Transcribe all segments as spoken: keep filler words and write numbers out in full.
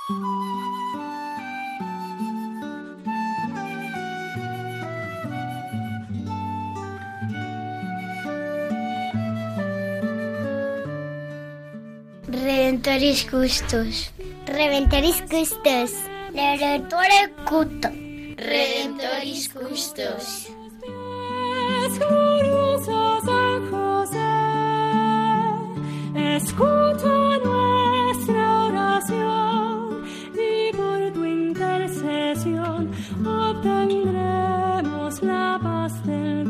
Redentoris Custos. Redentoris Custos. Redentore Culto. Redentoris Custos. Glorioso San José, escucha nuestra oración y por tu intercesión obtendremos la paz del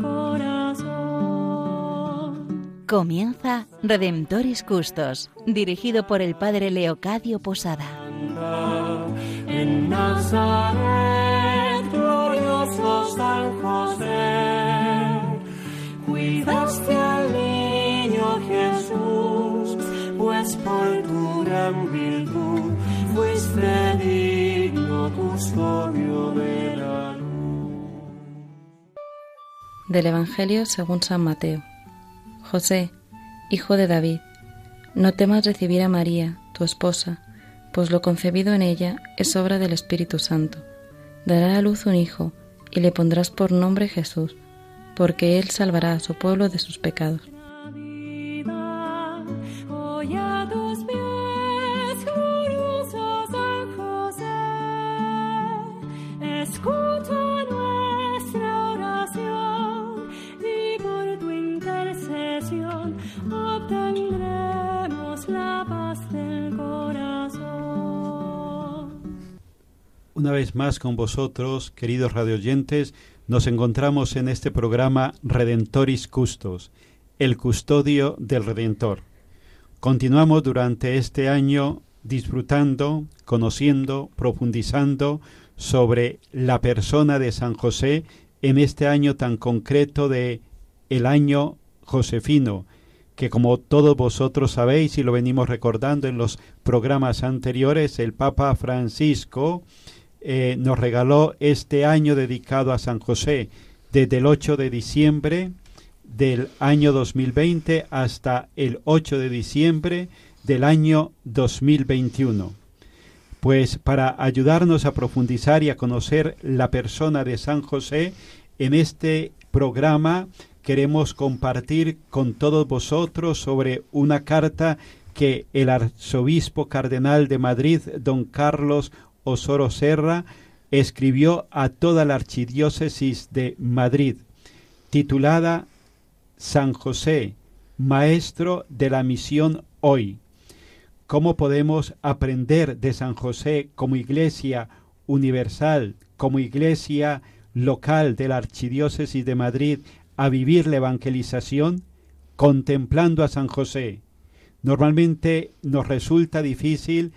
corazón. Comienza Redemptoris Custos, dirigido por el padre Leocadio Posada. En Nazaret, glorioso San José, cuidaste al niño Jesús, pues por tu gran virtud fuiste digno custodio de la luz. Del Evangelio según San Mateo. José, hijo de David, no temas recibir a María, tu esposa, pues lo concebido en ella es obra del Espíritu Santo. Dará a luz un hijo, y le pondrás por nombre Jesús, porque él salvará a su pueblo de sus pecados. Escucha nuestra oración y por tu intercesión obtendremos la paz del corazón. Una vez más con vosotros, queridos radioyentes, nos encontramos en este programa Redentoris Custos, el custodio del Redentor. Continuamos durante este año disfrutando, conociendo, profundizando sobre la persona de San José en este año tan concreto de el año josefino, que como todos vosotros sabéis y lo venimos recordando en los programas anteriores, el Papa Francisco eh, nos regaló este año dedicado a San José, desde el ocho de diciembre del año dos mil veinte hasta el ocho de diciembre del año dos mil veintiuno. Pues para ayudarnos a profundizar y a conocer la persona de San José, en este programa queremos compartir con todos vosotros sobre una carta que el arzobispo cardenal de Madrid, don Carlos Osoro Serra, escribió a toda la archidiócesis de Madrid, titulada San José, Maestro de la Misión Hoy. ¿Cómo podemos aprender de San José como iglesia universal, como iglesia local de la Archidiócesis de Madrid, a vivir la evangelización? Contemplando a San José. Normalmente nos resulta difícil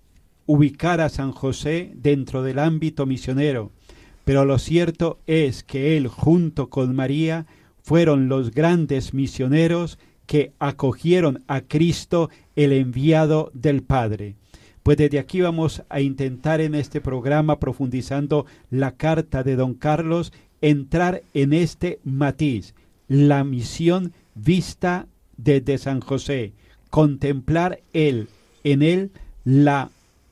ubicar a San José dentro del ámbito misionero, pero lo cierto es que él, junto con María, fueron los grandes misioneros que acogieron a Cristo, el enviado del Padre. Pues desde aquí vamos a intentar en este programa, profundizando la carta de don Carlos, entrar en este matiz, la misión vista desde San José, contemplar él, en él la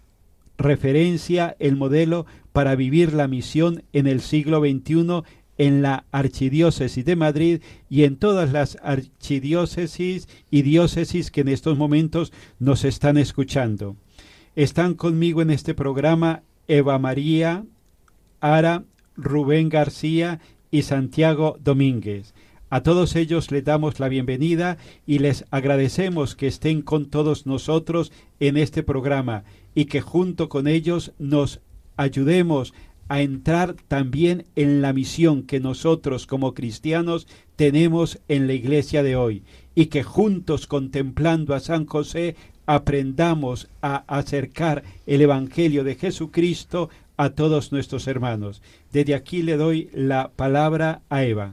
referencia, el modelo para vivir la misión en el siglo veintiuno, en la Archidiócesis de Madrid y en todas las archidiócesis y diócesis que en estos momentos nos están escuchando. Están conmigo en este programa Eva María Ara, Rubén García y Santiago Domínguez. A todos ellos les damos la bienvenida y les agradecemos que estén con todos nosotros en este programa y que junto con ellos nos ayudemos a entrar también en la misión que nosotros como cristianos tenemos en la iglesia de hoy, y que juntos, contemplando a San José, aprendamos a acercar el Evangelio de Jesucristo a todos nuestros hermanos. Desde aquí le doy la palabra a Eva.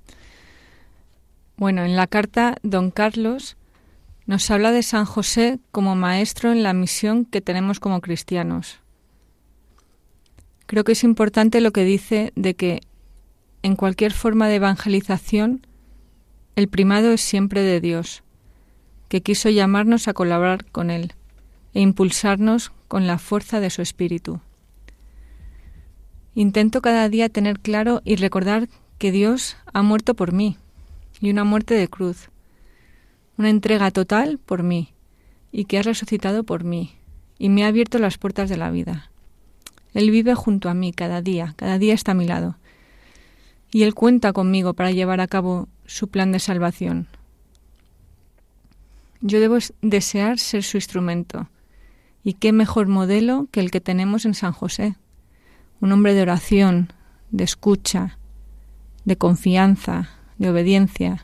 Bueno, en la carta, don Carlos nos habla de San José como maestro en la misión que tenemos como cristianos. Creo que es importante lo que dice de que en cualquier forma de evangelización el primado es siempre de Dios, que quiso llamarnos a colaborar con Él, e impulsarnos con la fuerza de su espíritu. Intento cada día tener claro y recordar que Dios ha muerto por mí, y una muerte de cruz, una entrega total por mí, y que ha resucitado por mí, y me ha abierto las puertas de la vida. Él vive junto a mí cada día, cada día está a mi lado, y Él cuenta conmigo para llevar a cabo su plan de salvación. Yo debo desear ser su instrumento, y qué mejor modelo que el que tenemos en San José, un hombre de oración, de escucha, de confianza, de obediencia,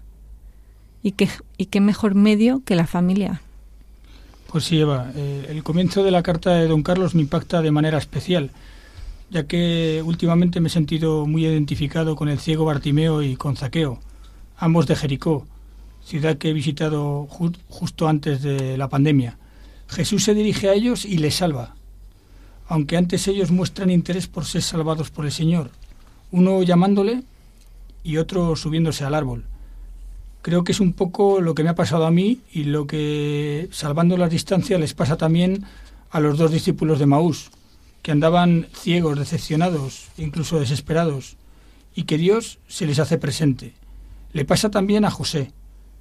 y qué, y qué mejor medio que la familia. Pues sí, Eva, eh, el comienzo de la carta de don Carlos me impacta de manera especial, ya que últimamente me he sentido muy identificado con el ciego Bartimeo y con Zaqueo, ambos de Jericó, ciudad que he visitado ju- justo antes de la pandemia. Jesús se dirige a ellos y les salva, aunque antes ellos muestran interés por ser salvados por el Señor, uno llamándole y otro subiéndose al árbol. Creo que es un poco lo que me ha pasado a mí y lo que, salvando las distancias, les pasa también a los dos discípulos de Maús, que andaban ciegos, decepcionados, incluso desesperados, y que Dios se les hace presente. Le pasa también a José,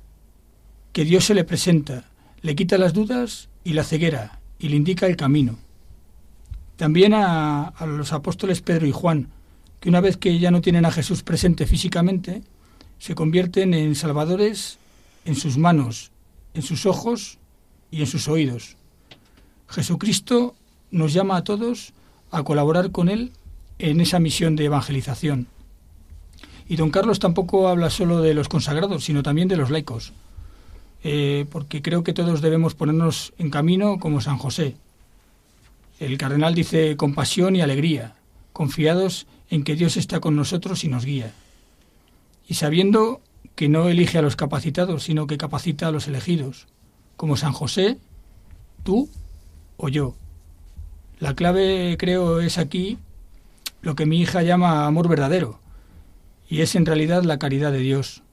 que Dios se le presenta, le quita las dudas y la ceguera, y le indica el camino. También a, a los apóstoles Pedro y Juan, que una vez que ya no tienen a Jesús presente físicamente, se convierten en salvadores en sus manos, en sus ojos y en sus oídos. Jesucristo nos llama a todos a colaborar con Él en esa misión de evangelización. Y don Carlos tampoco habla solo de los consagrados, sino también de los laicos, eh, porque creo que todos debemos ponernos en camino como San José. El cardenal dice con pasión y alegría, confiados en que Dios está con nosotros y nos guía. Y sabiendo que no elige a los capacitados, sino que capacita a los elegidos, como San José, tú o yo. La clave, creo, es aquí lo que mi hija llama amor verdadero, y es en realidad la caridad de Dios.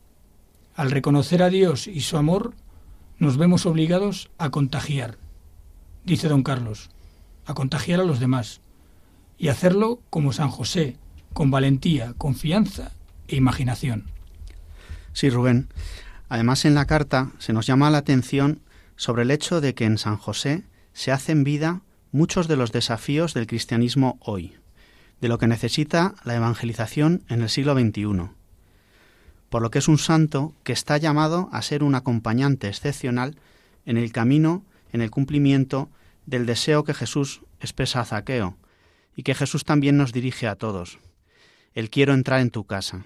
Al reconocer a Dios y su amor, nos vemos obligados a contagiar, dice don Carlos, a contagiar a los demás, y hacerlo como San José, con valentía, confianza e imaginación. Sí, Rubén. Además, en la carta se nos llama la atención sobre el hecho de que en San José se hacen vida muchos de los desafíos del cristianismo hoy, de lo que necesita la evangelización en el siglo veintiuno, por lo que es un santo que está llamado a ser un acompañante excepcional en el camino, en el cumplimiento del deseo que Jesús expresa a Zaqueo y que Jesús también nos dirige a todos. El quiero entrar en tu casa.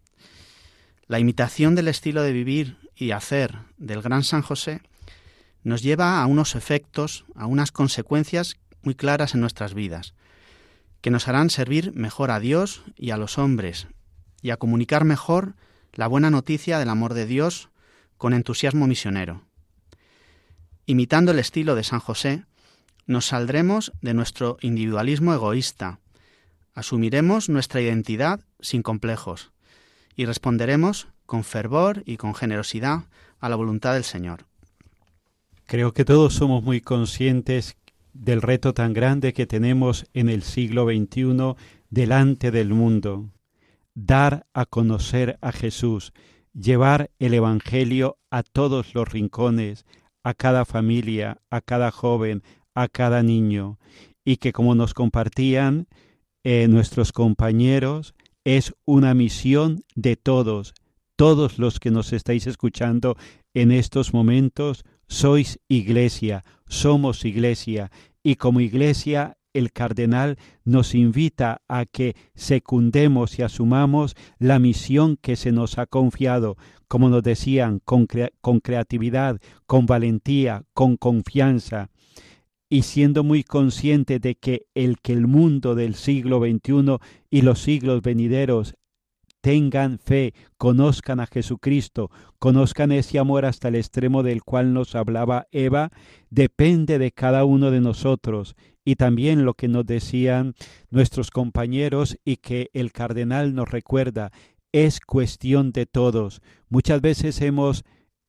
La imitación del estilo de vivir y hacer del gran San José nos lleva a unos efectos, a unas consecuencias muy claras en nuestras vidas, que nos harán servir mejor a Dios y a los hombres, y a comunicar mejor la buena noticia del amor de Dios con entusiasmo misionero. Imitando el estilo de San José, nos saldremos de nuestro individualismo egoísta, asumiremos nuestra identidad sin complejos y responderemos con fervor y con generosidad a la voluntad del Señor. Creo que todos somos muy conscientes del reto tan grande que tenemos en el siglo veintiuno delante del mundo. Dar a conocer a Jesús, llevar el Evangelio a todos los rincones, a cada familia, a cada joven, a cada niño, y que, como nos compartían eh, nuestros compañeros, es una misión de todos. Todos los que nos estáis escuchando en estos momentos sois iglesia, somos iglesia, y como iglesia el cardenal nos invita a que secundemos y asumamos la misión que se nos ha confiado, como nos decían, con, cre- con creatividad, con valentía, con confianza, y siendo muy consciente de que el que el mundo del siglo veintiuno y los siglos venideros tengan fe, conozcan a Jesucristo, conozcan ese amor hasta el extremo del cual nos hablaba Eva, depende de cada uno de nosotros. Y también lo que nos decían nuestros compañeros y que el cardenal nos recuerda, es cuestión de todos. Muchas veces hemos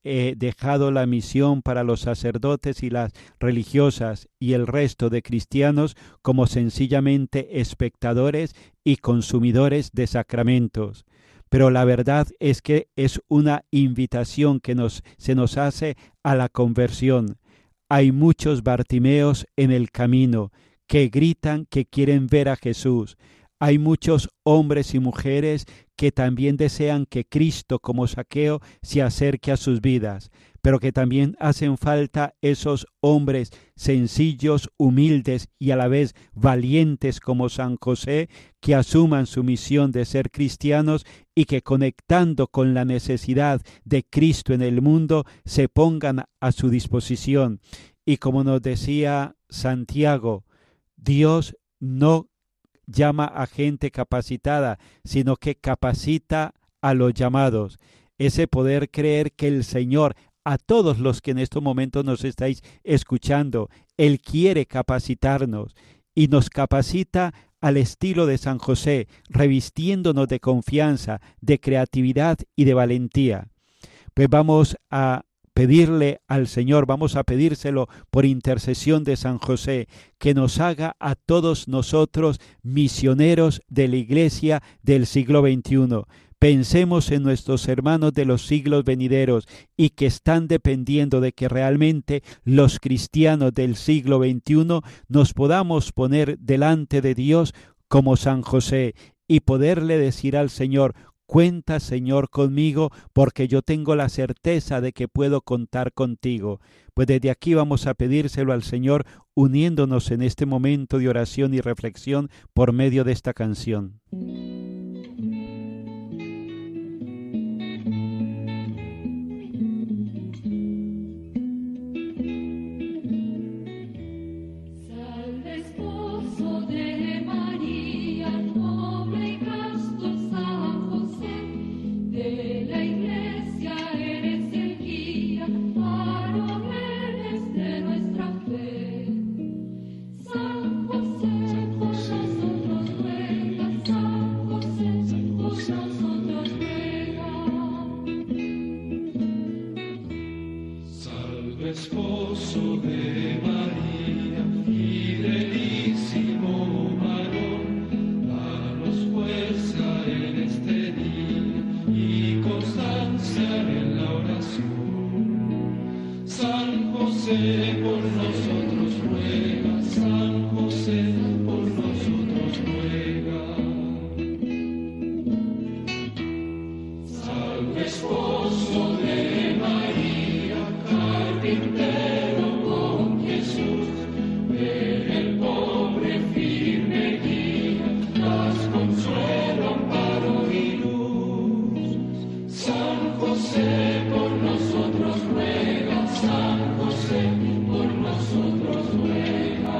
eh, dejado la misión para los sacerdotes y las religiosas y el resto de cristianos como sencillamente espectadores y consumidores de sacramentos. Pero la verdad es que es una invitación que nos, se nos hace a la conversión. Hay muchos Bartimeos en el camino que gritan que quieren ver a Jesús. Hay muchos hombres y mujeres que también desean que Cristo, como Zaqueo, se acerque a sus vidas, pero que también hacen falta esos hombres sencillos, humildes y a la vez valientes como San José, que asuman su misión de ser cristianos y que, conectando con la necesidad de Cristo en el mundo, se pongan a su disposición. Y como nos decía Santiago, Dios no llama a gente capacitada, sino que capacita a los llamados. Ese poder creer que el Señor, a todos los que en estos momentos nos estáis escuchando, Él quiere capacitarnos y nos capacita al estilo de San José, revistiéndonos de confianza, de creatividad y de valentía. Pues vamos a pedirle al Señor, vamos a pedírselo por intercesión de San José, que nos haga a todos nosotros misioneros de la Iglesia del siglo veintiuno. Pensemos en nuestros hermanos de los siglos venideros y que están dependiendo de que realmente los cristianos del siglo veintiuno nos podamos poner delante de Dios como San José y poderle decir al Señor: cuenta, Señor, conmigo, porque yo tengo la certeza de que puedo contar contigo. Pues desde aquí vamos a pedírselo al Señor, uniéndonos en este momento de oración y reflexión por medio de esta canción. Esposo de María, fidelísimo varón, danos fuerza en este día y constancia en la oración. San José, por nosotros ruega, San José, por nosotros ruega. Salve, esposo de María, carpintero con Jesús, ven el pobre firme guía, das consuelo, amparo y luz. San José, por nosotros ruega, San José, por nosotros ruega.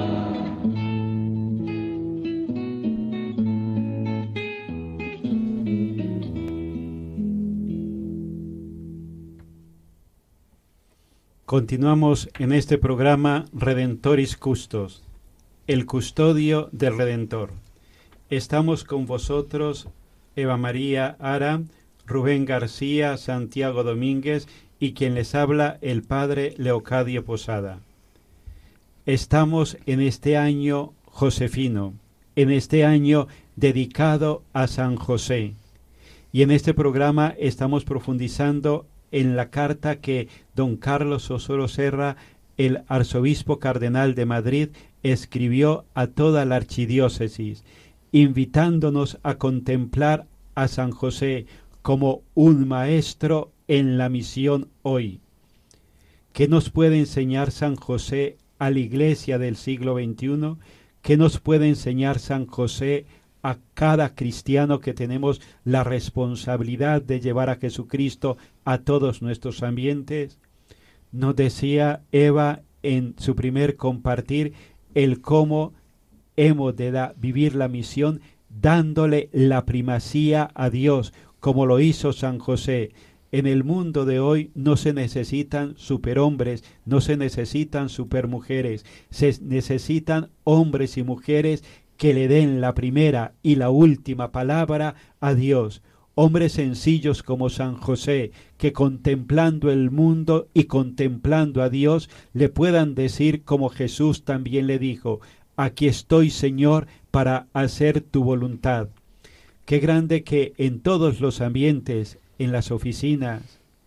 Continuamos en este programa Redentoris Custos, el custodio del Redentor. Estamos con vosotros Eva María Ara, Rubén García, Santiago Domínguez y quien les habla el Padre Leocadio Posada. Estamos en este año josefino, en este año dedicado a San José. Y en este programa estamos profundizando en la carta que don Carlos Osoro Serra, el arzobispo cardenal de Madrid, escribió a toda la archidiócesis, invitándonos a contemplar a San José como un maestro en la misión hoy. ¿Qué nos puede enseñar San José a la Iglesia del siglo veintiuno? ¿Qué nos puede enseñar San José a cada cristiano que tenemos la responsabilidad de llevar a Jesucristo a todos nuestros ambientes? Nos decía Eva en su primer compartir el cómo hemos de da, vivir la misión dándole la primacía a Dios, como lo hizo San José. En el mundo de hoy no se necesitan superhombres, no se necesitan supermujeres, se necesitan hombres y mujeres que le den la primera y la última palabra a Dios. hombres sencillos como San José, que contemplando el mundo y contemplando a Dios, le puedan decir como Jesús también le dijo: aquí estoy, Señor, para hacer tu voluntad. Qué grande que en todos los ambientes, en las oficinas,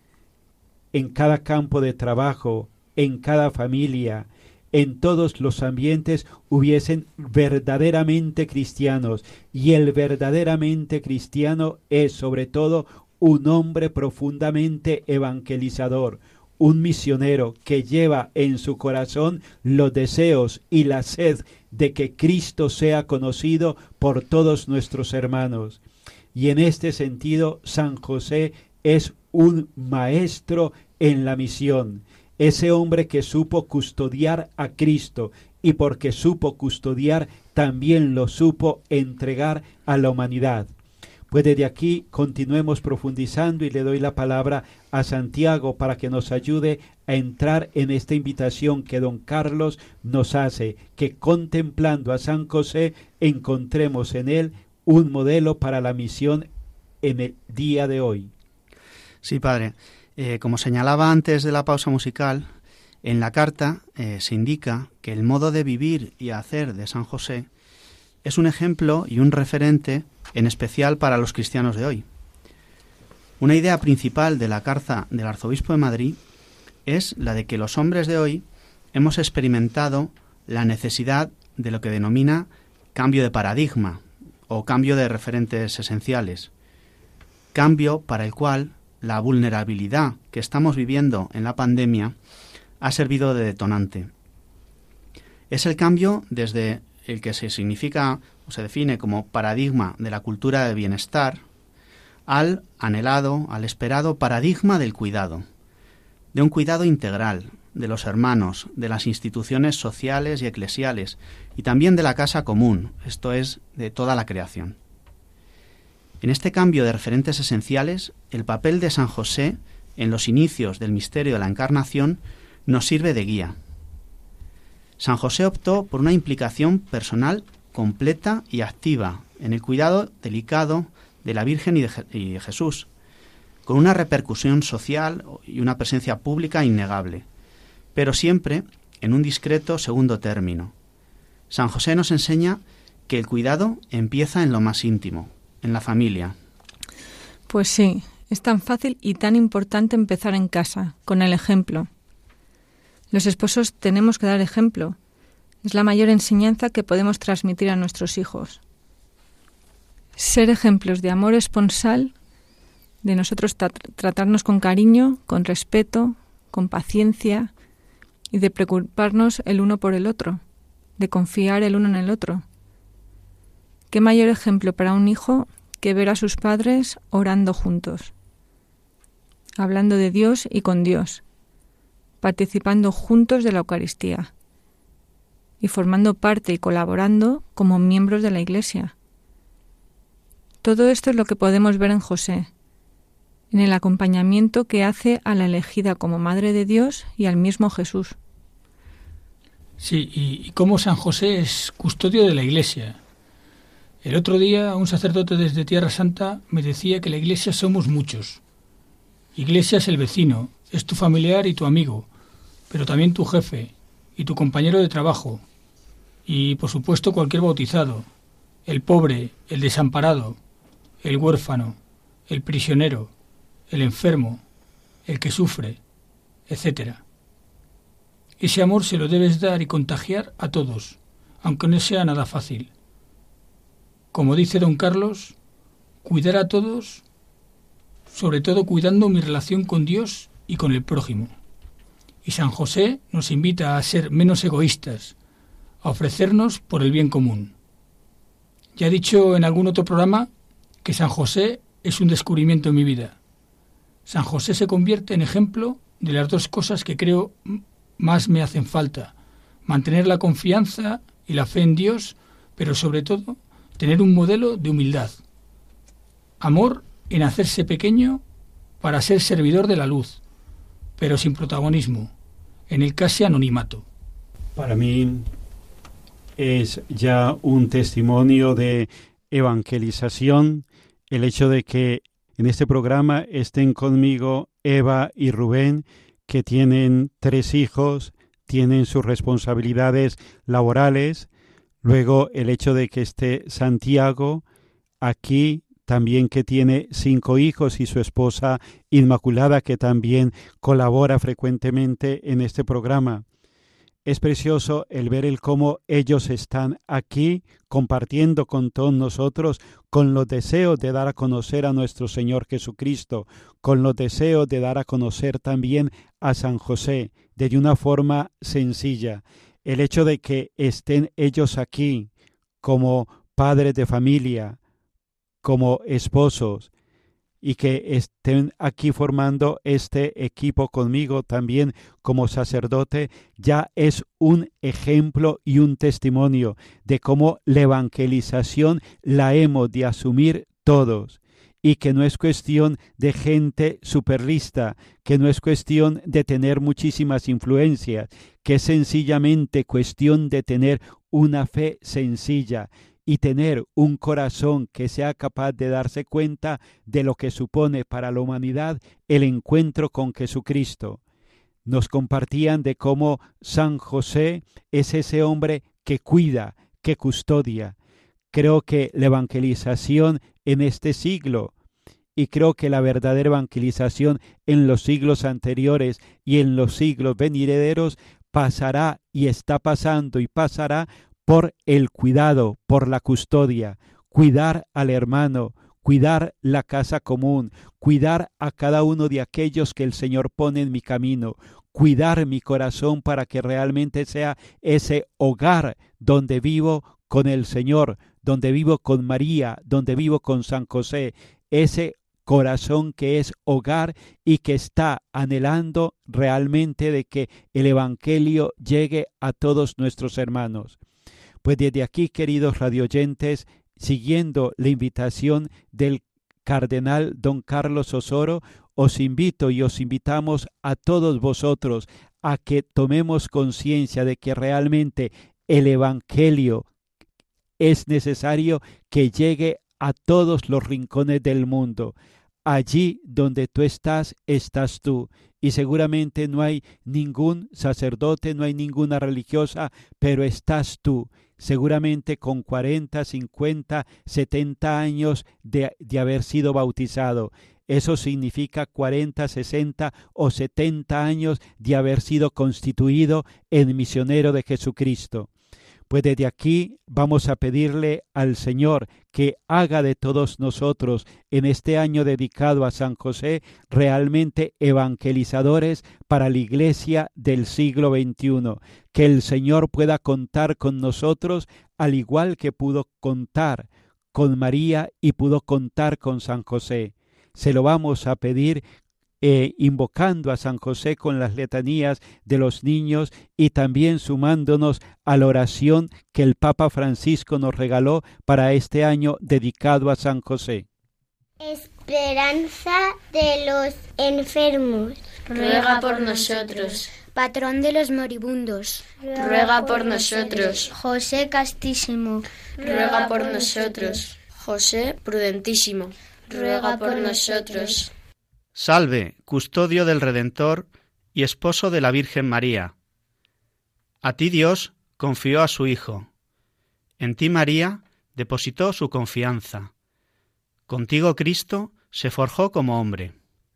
en cada campo de trabajo, en cada familia, en todos los ambientes hubiesen verdaderamente cristianos, y el verdaderamente cristiano es sobre todo un hombre profundamente evangelizador, un misionero que lleva en su corazón los deseos y la sed de que Cristo sea conocido por todos nuestros hermanos. Y en este sentido, San José es un maestro en la misión, ese hombre que supo custodiar a Cristo, y porque supo custodiar, también lo supo entregar a la humanidad. Pues desde aquí continuemos profundizando, y le doy la palabra a Santiago para que nos ayude a entrar en esta invitación que don Carlos nos hace, que contemplando a San José encontremos en él un modelo para la misión en el día de hoy. Sí, padre. Eh, como señalaba antes de la pausa musical, en la carta eh, se indica que el modo de vivir y hacer de San José es un ejemplo y un referente en especial para los cristianos de hoy. Una idea principal de la carta del arzobispo de Madrid es la de que los hombres de hoy hemos experimentado la necesidad de lo que denomina cambio de paradigma o cambio de referentes esenciales, cambio para el cual la vulnerabilidad que estamos viviendo en la pandemia ha servido de detonante. Es el cambio desde el que se significa o se define como paradigma de la cultura de bienestar al anhelado, al esperado paradigma del cuidado, de un cuidado integral de los hermanos, de las instituciones sociales y eclesiales y también de la casa común, esto es, de toda la creación. En este cambio de referentes esenciales, el papel de San José en los inicios del misterio de la Encarnación nos sirve de guía. San José optó por una implicación personal completa y activa en el cuidado delicado de la Virgen y de, Je- y de Jesús, con una repercusión social y una presencia pública innegable, pero siempre en un discreto segundo término. San José nos enseña que el cuidado empieza en lo más íntimo, en la familia. Pues sí, es tan fácil y tan importante empezar en casa, con el ejemplo. Los esposos tenemos que dar ejemplo. Es la mayor enseñanza que podemos transmitir a nuestros hijos. Ser ejemplos de amor esponsal, de nosotros tra- tratarnos con cariño, con respeto, con paciencia, y de preocuparnos el uno por el otro, de confiar el uno en el otro. ¿Qué mayor ejemplo para un hijo que ver a sus padres orando juntos, hablando de Dios y con Dios, participando juntos de la Eucaristía y formando parte y colaborando como miembros de la Iglesia? Todo esto es lo que podemos ver en José, en el acompañamiento que hace a la elegida como Madre de Dios y al mismo Jesús. Sí, y, y cómo San José es custodio de la Iglesia. El otro día un sacerdote desde Tierra Santa me decía que la Iglesia somos muchos. Iglesia es el vecino, es tu familiar y tu amigo, pero también tu jefe y tu compañero de trabajo, y por supuesto cualquier bautizado, el pobre, el desamparado, el huérfano, el prisionero, el enfermo, el que sufre, etcétera. Ese amor se lo debes dar y contagiar a todos, aunque no sea nada fácil. Como dice don Carlos, cuidar a todos, sobre todo cuidando mi relación con Dios y con el prójimo. Y San José nos invita a ser menos egoístas, a ofrecernos por el bien común. Ya he dicho en algún otro programa que San José es un descubrimiento en mi vida. San José se convierte en ejemplo de las dos cosas que creo más me hacen falta: mantener la confianza y la fe en Dios, pero sobre todo tener un modelo de humildad. Amor en hacerse pequeño para ser servidor de la luz, pero sin protagonismo, en el casi anonimato. Para mí es ya un testimonio de evangelización el hecho de que en este programa estén conmigo Eva y Rubén, que tienen tres hijos, tienen sus responsabilidades laborales. Luego el hecho de que esté Santiago aquí, también que tiene cinco hijos, y su esposa Inmaculada, que también colabora frecuentemente en este programa. Es precioso el ver el cómo ellos están aquí compartiendo con todos nosotros, con los deseos de dar a conocer a nuestro Señor Jesucristo, con los deseos de dar a conocer también a San José de una forma sencilla. El hecho de que estén ellos aquí como padres de familia, como esposos, y que estén aquí formando este equipo conmigo también como sacerdote, ya es un ejemplo y un testimonio de cómo la evangelización la hemos de asumir todos, y que no es cuestión de gente superlista, que no es cuestión de tener muchísimas influencias, que es sencillamente cuestión de tener una fe sencilla y tener un corazón que sea capaz de darse cuenta de lo que supone para la humanidad el encuentro con Jesucristo. Nos compartían de cómo San José es ese hombre que cuida, que custodia. Creo que la evangelización en este siglo, y creo que la verdadera evangelización en los siglos anteriores y en los siglos venideros pasará y está pasando y pasará por el cuidado, por la custodia, cuidar al hermano, cuidar la casa común, cuidar a cada uno de aquellos que el Señor pone en mi camino, cuidar mi corazón para que realmente sea ese hogar donde vivo con el Señor, donde vivo con María, donde vivo con San José, ese corazón que es hogar y que está anhelando realmente de que el Evangelio llegue a todos nuestros hermanos. Pues desde aquí, queridos radioyentes, siguiendo la invitación del cardenal don Carlos Osoro, os invito y os invitamos a todos vosotros a que tomemos conciencia de que realmente el Evangelio es necesario que llegue a todos los rincones del mundo. Allí donde tú estás, estás tú. Y seguramente no hay ningún sacerdote, no hay ninguna religiosa, pero estás tú. Seguramente con cuarenta, cincuenta, setenta años de, de haber sido bautizado. Eso significa cuarenta, sesenta o setenta años de haber sido constituido en misionero de Jesucristo. Pues desde aquí vamos a pedirle al Señor que haga de todos nosotros en este año dedicado a San José realmente evangelizadores para la Iglesia del siglo veintiuno. Que el Señor pueda contar con nosotros al igual que pudo contar con María y pudo contar con San José. Se lo vamos a pedir Eh, invocando a San José con las letanías de los niños y también sumándonos a la oración que el Papa Francisco nos regaló para este año dedicado a San José. Esperanza de los enfermos, ruega por nosotros. Patrón de los moribundos, ruega por nosotros. José Castísimo, ruega por nosotros. José Prudentísimo, ruega por nosotros. Salve, custodio del Redentor y esposo de la Virgen María. A ti Dios confió a su Hijo. En ti María depositó su confianza. Contigo Cristo se forjó como hombre.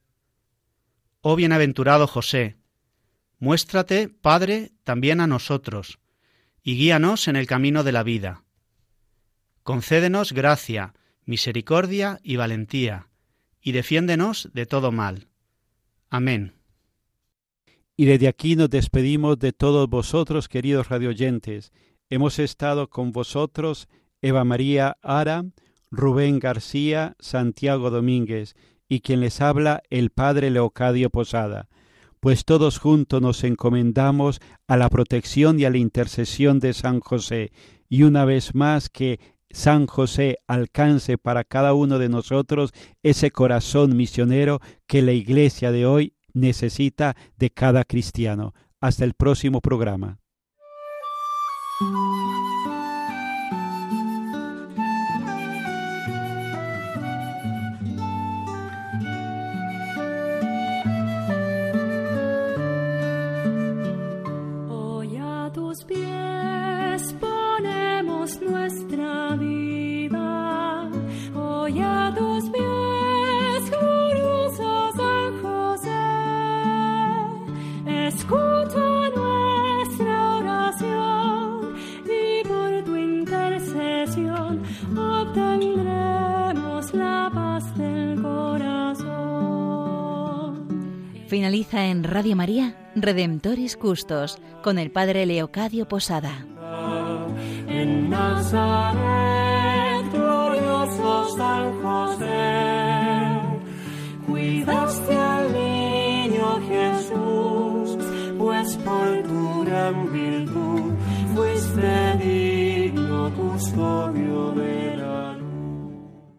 Oh bienaventurado José, muéstrate, Padre, también a nosotros, y guíanos en el camino de la vida. Concédenos gracia, misericordia y valentía, y defiéndenos de todo mal. Amén. Y desde aquí nos despedimos de todos vosotros, queridos radioyentes. Hemos estado con vosotros Eva María Ara, Rubén García, Santiago Domínguez, y quien les habla el Padre Leocadio Posada. Pues todos juntos nos encomendamos a la protección y a la intercesión de San José, y una vez más que San José alcance para cada uno de nosotros ese corazón misionero que la Iglesia de hoy necesita de cada cristiano. Hasta el próximo programa. Finaliza en Radio María Redemptoris Custos con el Padre Leocadio Posada. En Nazaret, glorioso San José, cuidaste al niño Jesús, pues por tu gran virtud fuiste digno custodio.